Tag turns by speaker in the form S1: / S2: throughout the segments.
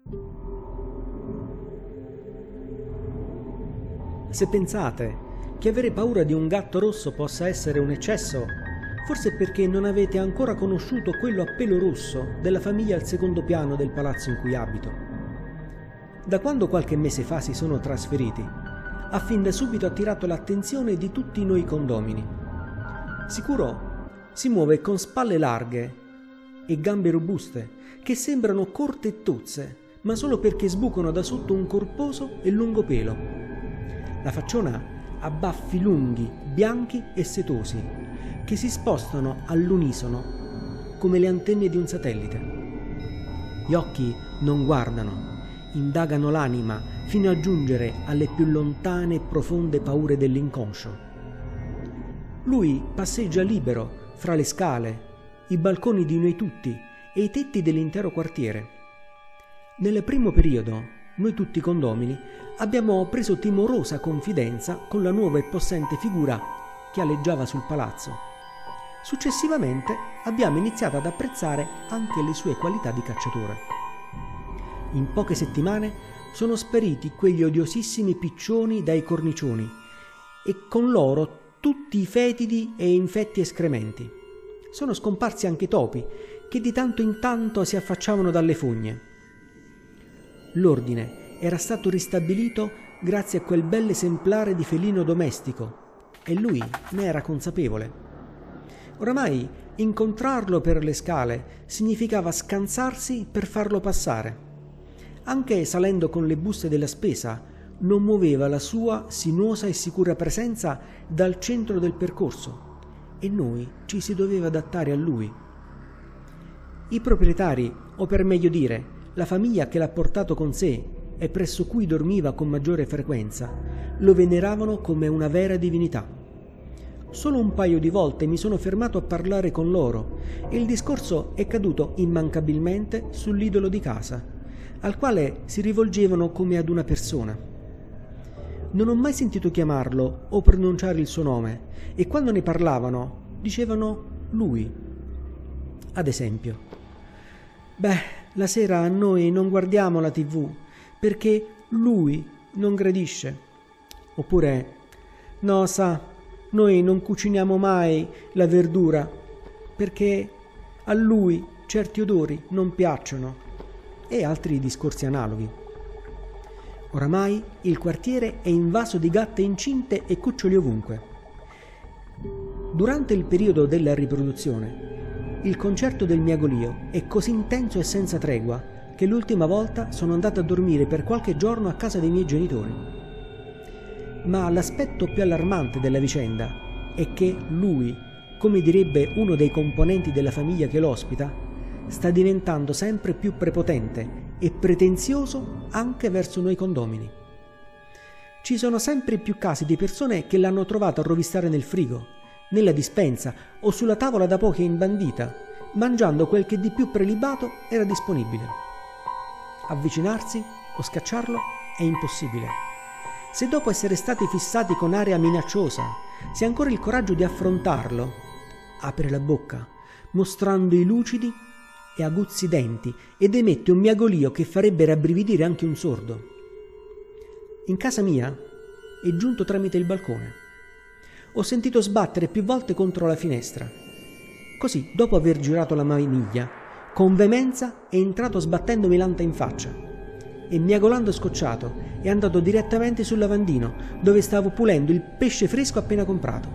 S1: Se pensate che avere paura di un gatto rosso possa essere un eccesso, forse è perché non avete ancora conosciuto quello a pelo rosso della famiglia al secondo piano del palazzo in cui abito. Da quando qualche mese fa si sono trasferiti, ha fin da subito attirato l'attenzione di tutti noi condomini. Sicuro si muove con spalle larghe e gambe robuste che sembrano corte e tozze, ma solo perché sbucano da sotto un corposo e lungo pelo. La facciona ha baffi lunghi, bianchi e setosi, che si spostano all'unisono come le antenne di un satellite. Gli occhi non guardano, indagano l'anima fino a giungere alle più lontane e profonde paure dell'inconscio. Lui passeggia libero fra le scale, i balconi di noi tutti e i tetti dell'intero quartiere. Nel primo periodo, noi tutti condomini abbiamo preso timorosa confidenza con la nuova e possente figura che aleggiava sul palazzo. Successivamente abbiamo iniziato ad apprezzare anche le sue qualità di cacciatore. In poche settimane sono spariti quegli odiosissimi piccioni dai cornicioni e con loro tutti i fetidi e infetti escrementi. Sono scomparsi anche i topi che di tanto in tanto si affacciavano dalle fogne. L'ordine era stato ristabilito grazie a quel bell'esemplare di felino domestico e lui ne era consapevole. Oramai incontrarlo per le scale significava scansarsi per farlo passare. Anche salendo con le buste della spesa, non muoveva la sua sinuosa e sicura presenza dal centro del percorso e noi ci si doveva adattare a lui. I proprietari, o per meglio dire, la famiglia che l'ha portato con sé e presso cui dormiva con maggiore frequenza, lo veneravano come una vera divinità. Solo un paio di volte mi sono fermato a parlare con loro e il discorso è caduto immancabilmente sull'idolo di casa, al quale si rivolgevano come ad una persona. Non ho mai sentito chiamarlo o pronunciare il suo nome e quando ne parlavano dicevano lui. Ad esempio, la sera noi non guardiamo la TV perché lui non gradisce. Oppure, no, sa, noi non cuciniamo mai la verdura perché a lui certi odori non piacciono. E altri discorsi analoghi. Oramai il quartiere è invaso di gatte incinte e cuccioli ovunque. Durante il periodo della riproduzione, il concerto del miagolio è così intenso e senza tregua che l'ultima volta sono andato a dormire per qualche giorno a casa dei miei genitori. Ma l'aspetto più allarmante della vicenda è che lui, come direbbe uno dei componenti della famiglia che lo ospita, sta diventando sempre più prepotente e pretenzioso anche verso noi condomini. Ci sono sempre più casi di persone che l'hanno trovato a rovistare nel frigo, nella dispensa o sulla tavola da poche imbandita, mangiando quel che di più prelibato era disponibile. Avvicinarsi o scacciarlo è impossibile. Se dopo essere stati fissati con aria minacciosa si ha ancora il coraggio di affrontarlo, apre la bocca, mostrando i lucidi e aguzzi denti ed emette un miagolio che farebbe rabbrividire anche un sordo. In casa mia è giunto tramite il balcone. Ho sentito sbattere più volte contro la finestra. Così, dopo aver girato la maniglia, con veemenza è entrato sbattendomi l'anta in faccia e miagolando scocciato è andato direttamente sul lavandino dove stavo pulendo il pesce fresco appena comprato.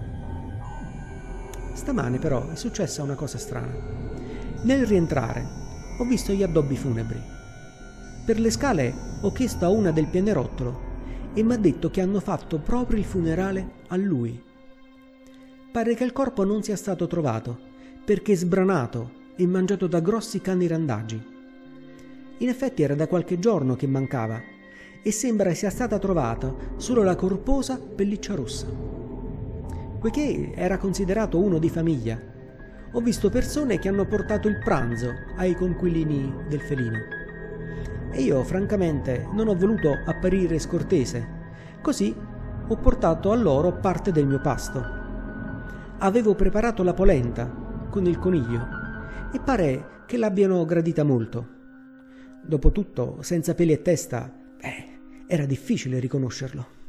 S1: Stamane però è successa una cosa strana. Nel rientrare ho visto gli addobbi funebri. Per le scale ho chiesto a una del pianerottolo e mi ha detto che hanno fatto proprio il funerale a lui. Pare che il corpo non sia stato trovato perché sbranato e mangiato da grossi cani randagi. In effetti era da qualche giorno che mancava e sembra sia stata trovata solo la corposa pelliccia rossa. Poiché era considerato uno di famiglia, ho visto persone che hanno portato il pranzo ai conquilini del felino. E io, francamente, non ho voluto apparire scortese, così ho portato a loro parte del mio pasto. Avevo preparato la polenta con il coniglio e pare che l'abbiano gradita molto. Dopotutto, senza peli e testa, era difficile riconoscerlo.